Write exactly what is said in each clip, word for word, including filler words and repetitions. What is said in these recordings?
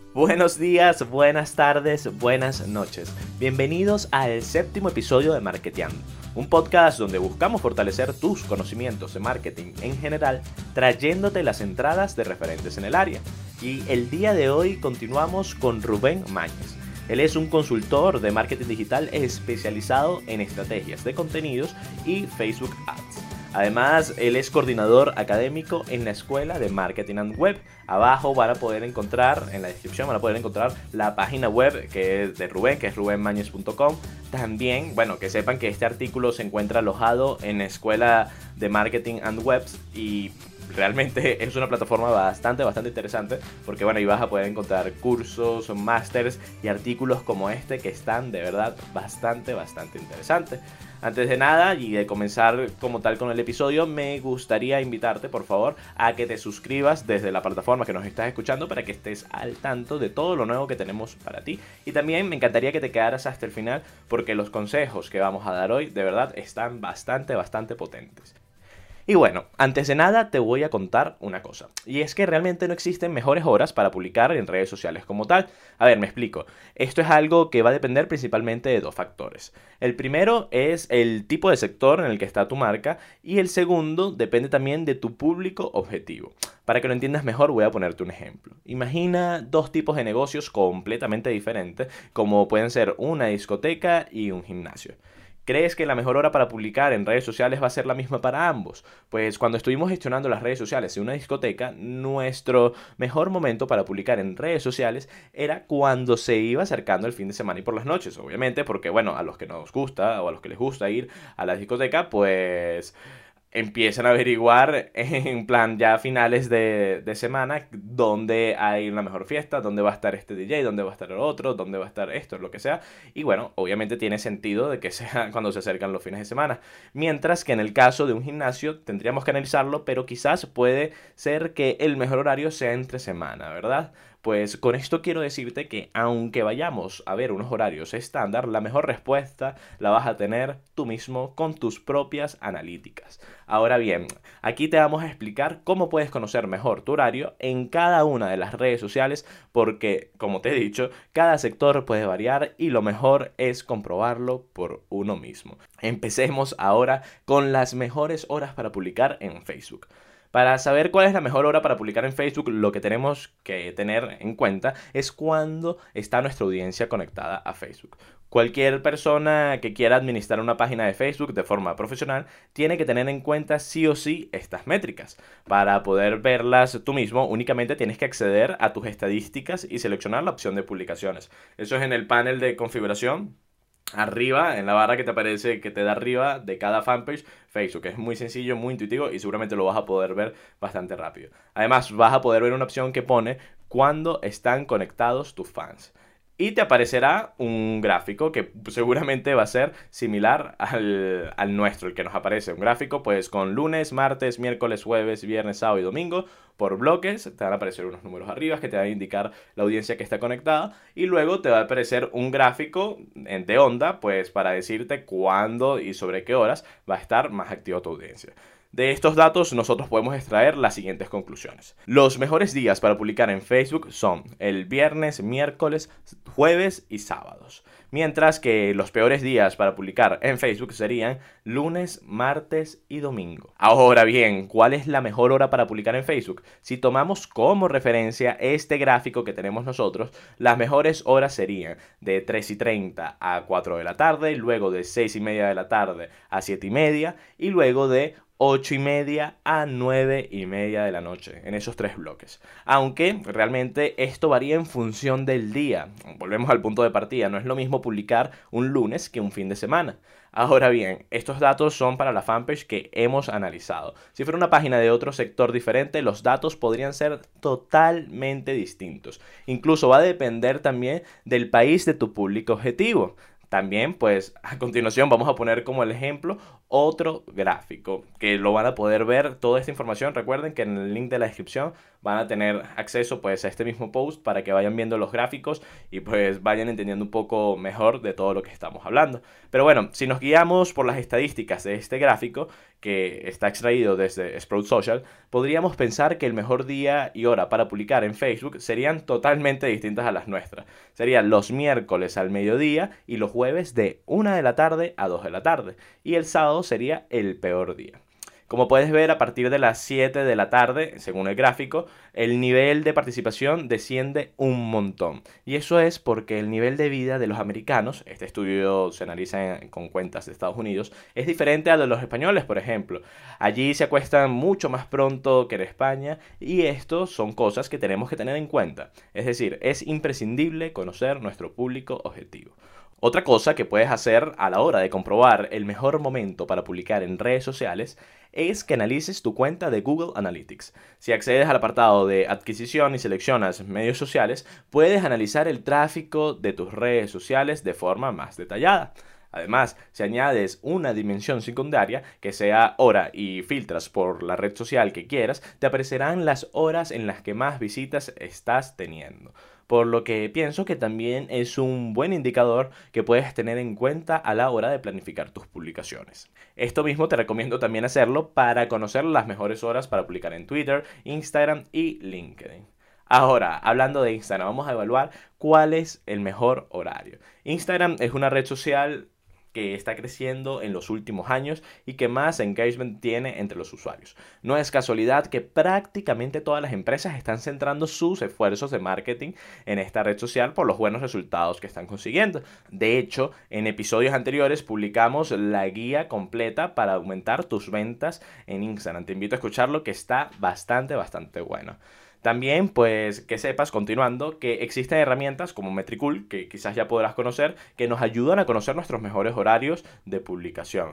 Buenos días, buenas tardes, buenas noches. Bienvenidos al séptimo episodio de Marketeando, un podcast donde buscamos fortalecer tus conocimientos de marketing en general, trayéndote las entradas de referentes en el área. Y el día de hoy continuamos con Rubén Mañez. Él es un consultor de marketing digital especializado en estrategias de contenidos y Facebook Ads. Además, él es coordinador académico en la Escuela de Marketing and Web. Abajo van a poder encontrar, en la descripción van a poder encontrar la página web que es de Rubén, que es ruben mañez punto com. También, bueno, que sepan que este artículo se encuentra alojado en la Escuela de Marketing and Web y realmente es una plataforma bastante, bastante interesante porque, bueno, ahí vas a poder encontrar cursos, másters y artículos como este que están de verdad bastante, bastante interesantes. Antes de nada y de comenzar como tal con el episodio, me gustaría invitarte, por favor, a que te suscribas desde la plataforma que nos estás escuchando para que estés al tanto de todo lo nuevo que tenemos para ti. Y también me encantaría que te quedaras hasta el final porque los consejos que vamos a dar hoy de verdad están bastante, bastante potentes. Y bueno, antes de nada te voy a contar una cosa, y es que realmente no existen mejores horas para publicar en redes sociales como tal. A ver, me explico. Esto es algo que va a depender principalmente de dos factores. El primero es el tipo de sector en el que está tu marca, y el segundo depende también de tu público objetivo. Para que lo entiendas mejor voy a ponerte un ejemplo. Imagina dos tipos de negocios completamente diferentes, como pueden ser una discoteca y un gimnasio. ¿Crees que la mejor hora para publicar en redes sociales va a ser la misma para ambos? Pues cuando estuvimos gestionando las redes sociales en una discoteca, nuestro mejor momento para publicar en redes sociales era cuando se iba acercando el fin de semana y por las noches, obviamente, porque bueno, a los que nos gusta o a los que les gusta ir a la discoteca, pues empiezan a averiguar en plan ya a finales de, de semana dónde hay una mejor fiesta, dónde va a estar este D J, dónde va a estar el otro, dónde va a estar esto, lo que sea. Y bueno, obviamente tiene sentido de que sea cuando se acercan los fines de semana. Mientras que en el caso de un gimnasio tendríamos que analizarlo, pero quizás puede ser que el mejor horario sea entre semana, ¿verdad? Pues con esto quiero decirte que aunque vayamos a ver unos horarios estándar, la mejor respuesta la vas a tener tú mismo con tus propias analíticas. Ahora bien, aquí te vamos a explicar cómo puedes conocer mejor tu horario en cada una de las redes sociales porque, como te he dicho, cada sector puede variar y lo mejor es comprobarlo por uno mismo. Empecemos ahora con las mejores horas para publicar en Facebook. Para saber cuál es la mejor hora para publicar en Facebook, lo que tenemos que tener en cuenta es cuándo está nuestra audiencia conectada a Facebook. Cualquier persona que quiera administrar una página de Facebook de forma profesional tiene que tener en cuenta sí o sí estas métricas. Para poder verlas tú mismo, únicamente tienes que acceder a tus estadísticas y seleccionar la opción de publicaciones. Eso es en el panel de configuración. Arriba, en la barra que te aparece, que te da arriba de cada fanpage, Facebook. Es muy sencillo, muy intuitivo y seguramente lo vas a poder ver bastante rápido. Además, vas a poder ver una opción que pone cuándo están conectados tus fans. Y te aparecerá un gráfico que seguramente va a ser similar al, al nuestro, el que nos aparece. Un gráfico pues con lunes, martes, miércoles, jueves, viernes, sábado y domingo por bloques. Te van a aparecer unos números arriba que te van a indicar la audiencia que está conectada. Y luego te va a aparecer un gráfico de onda pues para decirte cuándo y sobre qué horas va a estar más activa tu audiencia. De estos datos nosotros podemos extraer las siguientes conclusiones. Los mejores días para publicar en Facebook son el viernes, miércoles, jueves y sábados. Mientras que los peores días para publicar en Facebook serían lunes, martes y domingo. Ahora bien, ¿cuál es la mejor hora para publicar en Facebook? Si tomamos como referencia este gráfico que tenemos nosotros, las mejores horas serían de tres y treinta a cuatro de la tarde, luego de seis y media de la tarde a siete y media y luego de ocho y media a nueve y media de la noche, en esos tres bloques. Aunque realmente esto varía en función del día. Volvemos al punto de partida, no es lo mismo publicar un lunes que un fin de semana. Ahora bien, estos datos son para la fanpage que hemos analizado. Si fuera una página de otro sector diferente, los datos podrían ser totalmente distintos. Incluso va a depender también del país de tu público objetivo. También, pues, a continuación vamos a poner como el ejemplo otro gráfico que lo van a poder ver toda esta información. Recuerden que en el link de la descripción van a tener acceso pues a este mismo post para que vayan viendo los gráficos y pues vayan entendiendo un poco mejor de todo lo que estamos hablando. Pero bueno, si nos guiamos por las estadísticas de este gráfico, que está extraído desde Sprout Social, podríamos pensar que el mejor día y hora para publicar en Facebook serían totalmente distintas a las nuestras. Serían los miércoles al mediodía y los jueves de una de la tarde a dos de la tarde. Y el sábado sería el peor día. Como puedes ver, a partir de las siete de la tarde, según el gráfico, el nivel de participación desciende un montón. Y eso es porque el nivel de vida de los americanos, este estudio se analiza en, con cuentas de Estados Unidos, es diferente al de los españoles, por ejemplo. Allí se acuestan mucho más pronto que en España y esto son cosas que tenemos que tener en cuenta. Es decir, es imprescindible conocer nuestro público objetivo. Otra cosa que puedes hacer a la hora de comprobar el mejor momento para publicar en redes sociales es que analices tu cuenta de Google Analytics. Si accedes al apartado de adquisición y seleccionas medios sociales, puedes analizar el tráfico de tus redes sociales de forma más detallada. Además, si añades una dimensión secundaria, que sea hora, y filtras por la red social que quieras, te aparecerán las horas en las que más visitas estás teniendo. Por lo que pienso que también es un buen indicador que puedes tener en cuenta a la hora de planificar tus publicaciones. Esto mismo te recomiendo también hacerlo para conocer las mejores horas para publicar en Twitter, Instagram y LinkedIn. Ahora, hablando de Instagram, vamos a evaluar cuál es el mejor horario. Instagram es una red social que está creciendo en los últimos años y que más engagement tiene entre los usuarios. No es casualidad que prácticamente todas las empresas están centrando sus esfuerzos de marketing en esta red social por los buenos resultados que están consiguiendo. De hecho, en episodios anteriores publicamos la guía completa para aumentar tus ventas en Instagram. Te invito a escucharlo, que está bastante, bastante bueno. También, pues, que sepas, continuando, que existen herramientas como Metricool, que quizás ya podrás conocer, que nos ayudan a conocer nuestros mejores horarios de publicación.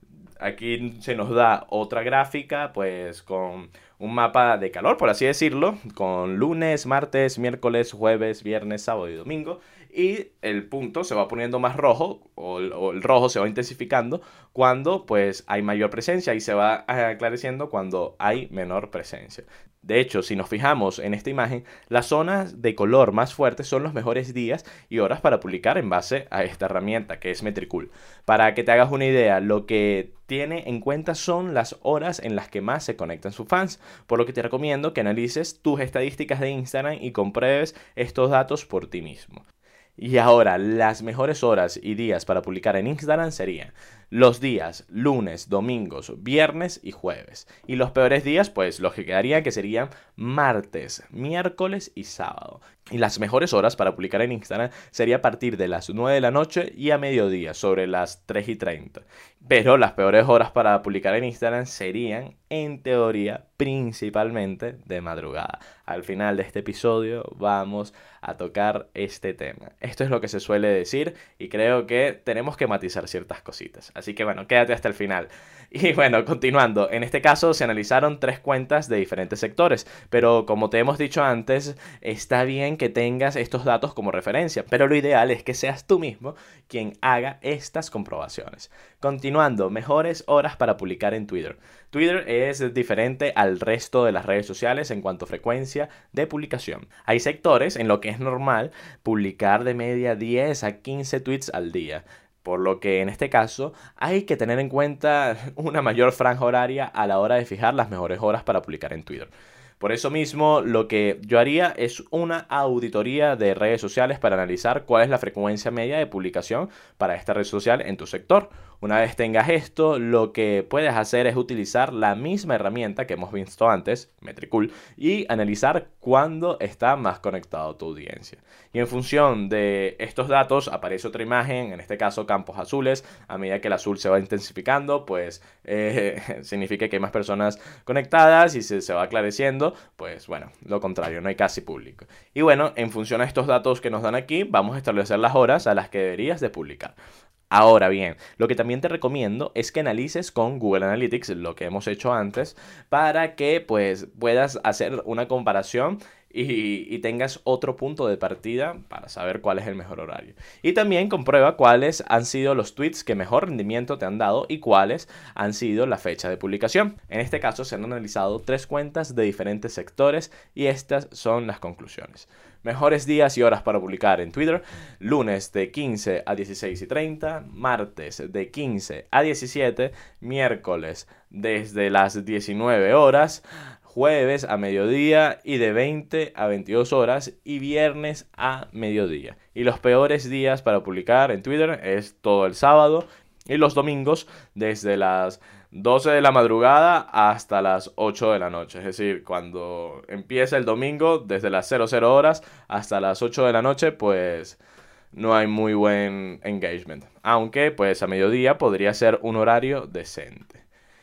Aquí se nos da otra gráfica, pues, con un mapa de calor, por así decirlo, con lunes, martes, miércoles, jueves, viernes, sábado y domingo. Y el punto se va poniendo más rojo, o el, o el rojo se va intensificando cuando, pues, hay mayor presencia, y se va aclareciendo cuando hay menor presencia. De hecho, si nos fijamos en esta imagen, las zonas de color más fuertes son los mejores días y horas para publicar en base a esta herramienta que es Metricool. Para que te hagas una idea, lo que tiene en cuenta son las horas en las que más se conectan sus fans, por lo que te recomiendo que analices tus estadísticas de Instagram y compruebes estos datos por ti mismo. Y ahora, las mejores horas y días para publicar en Instagram serían los días lunes, domingos, viernes y jueves. Y los peores días, pues los que quedarían, que serían martes, miércoles y sábado. Y las mejores horas para publicar en Instagram sería a partir de las nueve de la noche y a mediodía, sobre las tres y treinta. Pero las peores horas para publicar en Instagram serían, en teoría, principalmente de madrugada. Al final de este episodio vamos a tocar este tema. Esto es lo que se suele decir y creo que tenemos que matizar ciertas cositas. Así que bueno, quédate hasta el final. Y bueno, continuando, en este caso se analizaron tres cuentas de diferentes sectores, pero como te hemos dicho antes, está bien que tengas estos datos como referencia, pero lo ideal es que seas tú mismo quien haga estas comprobaciones. Continuando, mejores horas para publicar en Twitter. Twitter es diferente al resto de las redes sociales en cuanto a frecuencia de publicación. Hay sectores en los que es normal publicar de media diez a quince tweets al día. Por lo que en este caso hay que tener en cuenta una mayor franja horaria a la hora de fijar las mejores horas para publicar en Twitter. Por eso mismo, lo que yo haría es una auditoría de redes sociales para analizar cuál es la frecuencia media de publicación para esta red social en tu sector. Una vez tengas esto, lo que puedes hacer es utilizar la misma herramienta que hemos visto antes, Metricool, y analizar cuándo está más conectado tu audiencia. Y en función de estos datos aparece otra imagen, en este caso campos azules. A medida que el azul se va intensificando, pues eh, significa que hay más personas conectadas, y si se va aclareciendo, pues bueno, lo contrario, no hay casi público. Y bueno, en función a estos datos que nos dan aquí, vamos a establecer las horas a las que deberías de publicar. Ahora bien, lo que también te recomiendo es que analices con Google Analytics lo que hemos hecho antes para que pues puedas hacer una comparación y, y tengas otro punto de partida para saber cuál es el mejor horario. Y también comprueba cuáles han sido los tweets que mejor rendimiento te han dado y cuáles han sido la fecha de publicación. En este caso se han analizado tres cuentas de diferentes sectores y estas son las conclusiones. Mejores días y horas para publicar en Twitter: lunes de quince a dieciséis y treinta, martes de quince a diecisiete, miércoles desde las diecinueve horas, jueves a mediodía y de veinte a veintidós horas y viernes a mediodía. Y los peores días para publicar en Twitter es todo el sábado y los domingos desde las doce de la madrugada hasta las ocho de la noche. Es decir, cuando empieza el domingo desde las cero cero horas hasta las ocho de la noche, pues no hay muy buen engagement. Aunque pues a mediodía podría ser un horario decente.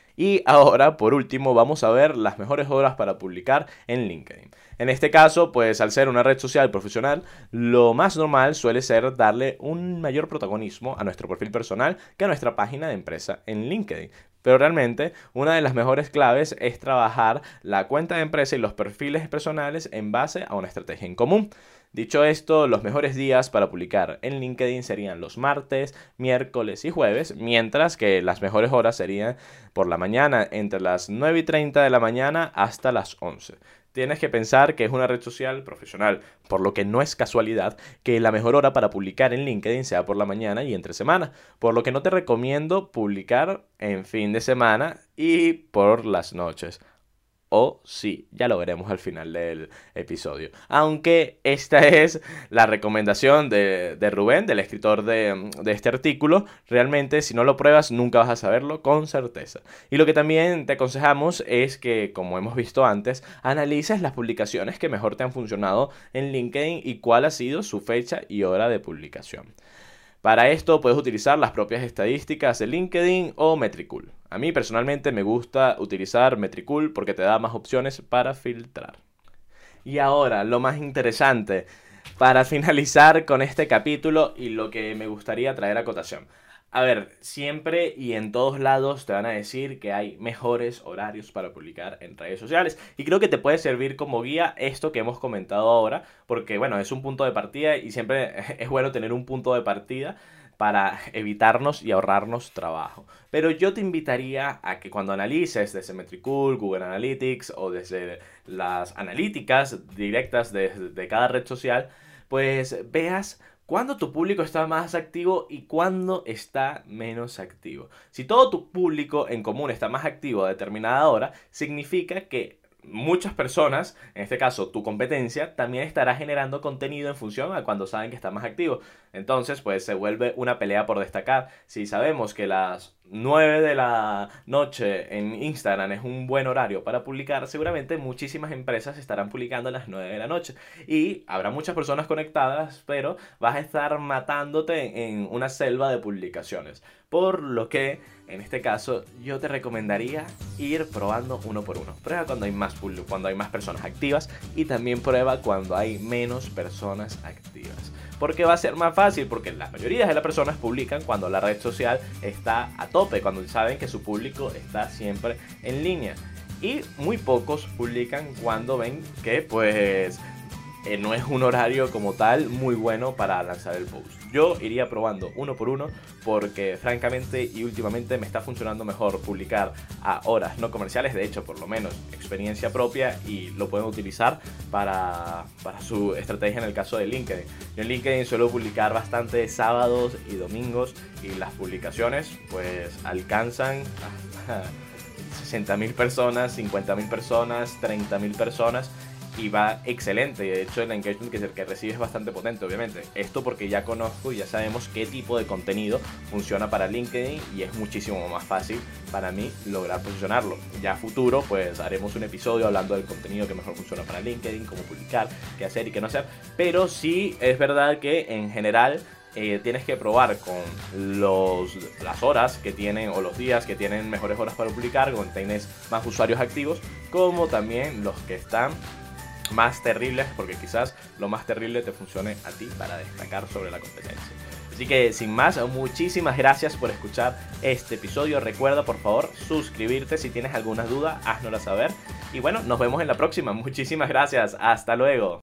Y ahora, por último, vamos a ver las mejores horas para publicar en LinkedIn. En este caso, pues al ser una red social profesional, lo más normal suele ser darle un mayor protagonismo a nuestro perfil personal que a nuestra página de empresa en LinkedIn. Pero realmente, una de las mejores claves es trabajar la cuenta de empresa y los perfiles personales en base a una estrategia en común. Dicho esto, los mejores días para publicar en LinkedIn serían los martes, miércoles y jueves, mientras que las mejores horas serían por la mañana, entre las nueve y treinta de la mañana hasta las once. Tienes que pensar que es una red social profesional, por lo que no es casualidad que la mejor hora para publicar en LinkedIn sea por la mañana y entre semana, por lo que no te recomiendo publicar en fin de semana y por las noches. O sí, ya lo veremos al final del episodio. Aunque esta es la recomendación de, de Rubén, del escritor de, de este artículo. Realmente, si no lo pruebas, nunca vas a saberlo con certeza. Y lo que también te aconsejamos es que, como hemos visto antes, analices las publicaciones que mejor te han funcionado en LinkedIn y cuál ha sido su fecha y hora de publicación. Para esto puedes utilizar las propias estadísticas de LinkedIn o Metricool. A mí personalmente me gusta utilizar Metricool porque te da más opciones para filtrar. Y ahora, lo más interesante, para finalizar con este capítulo y lo que me gustaría traer a cotación. A ver, siempre y en todos lados te van a decir que hay mejores horarios para publicar en redes sociales. Y creo que te puede servir como guía esto que hemos comentado ahora, porque bueno, es un punto de partida y siempre es bueno tener un punto de partida para evitarnos y ahorrarnos trabajo. Pero yo te invitaría a que cuando analices desde Metricool, Google Analytics o desde las analíticas directas de, de cada red social, pues veas cuándo tu público está más activo y cuándo está menos activo. Si todo tu público en común está más activo a determinada hora, significa que muchas personas, en este caso tu competencia, también estará generando contenido en función a cuando saben que está más activo. Entonces, pues se vuelve una pelea por destacar. Si sabemos que las nueve de la noche en Instagram es un buen horario para publicar, seguramente muchísimas empresas estarán publicando a las nueve de la noche. Y habrá muchas personas conectadas, pero vas a estar matándote en una selva de publicaciones. Por lo que, en este caso, yo te recomendaría ir probando uno por uno. Prueba cuando hay más, cuando hay más personas activas y también prueba cuando hay menos personas activas. Porque va a ser más fácil, porque la mayoría de las personas publican cuando la red social está a tope, cuando saben que su público está siempre en línea. Y muy pocos publican cuando ven que pues eh, no es un horario como tal muy bueno para lanzar el post. Yo iría probando uno por uno porque francamente y últimamente me está funcionando mejor publicar a horas no comerciales. De hecho, por lo menos experiencia propia y lo pueden utilizar para, para su estrategia en el caso de LinkedIn. Yo en LinkedIn suelo publicar bastante sábados y domingos y las publicaciones pues alcanzan a sesenta mil personas, cincuenta mil personas, treinta mil personas. Y va excelente, de hecho el engagement que, que recibe es bastante potente, obviamente. Esto porque ya conozco y ya sabemos qué tipo de contenido funciona para LinkedIn y es muchísimo más fácil para mí lograr posicionarlo. Ya a futuro pues haremos un episodio hablando del contenido que mejor funciona para LinkedIn, cómo publicar, qué hacer y qué no hacer. Pero sí es verdad que en general Eh, tienes que probar con los, las horas que tienen o los días que tienen mejores horas para publicar, cuando tienes más usuarios activos, como también los que están más terribles, porque quizás lo más terrible te funcione a ti para destacar sobre la competencia. Así que sin más, muchísimas gracias por escuchar este episodio. Recuerda por favor suscribirte. Si tienes alguna duda, háznosla saber. Y bueno, nos vemos en la próxima. Muchísimas gracias. Hasta luego.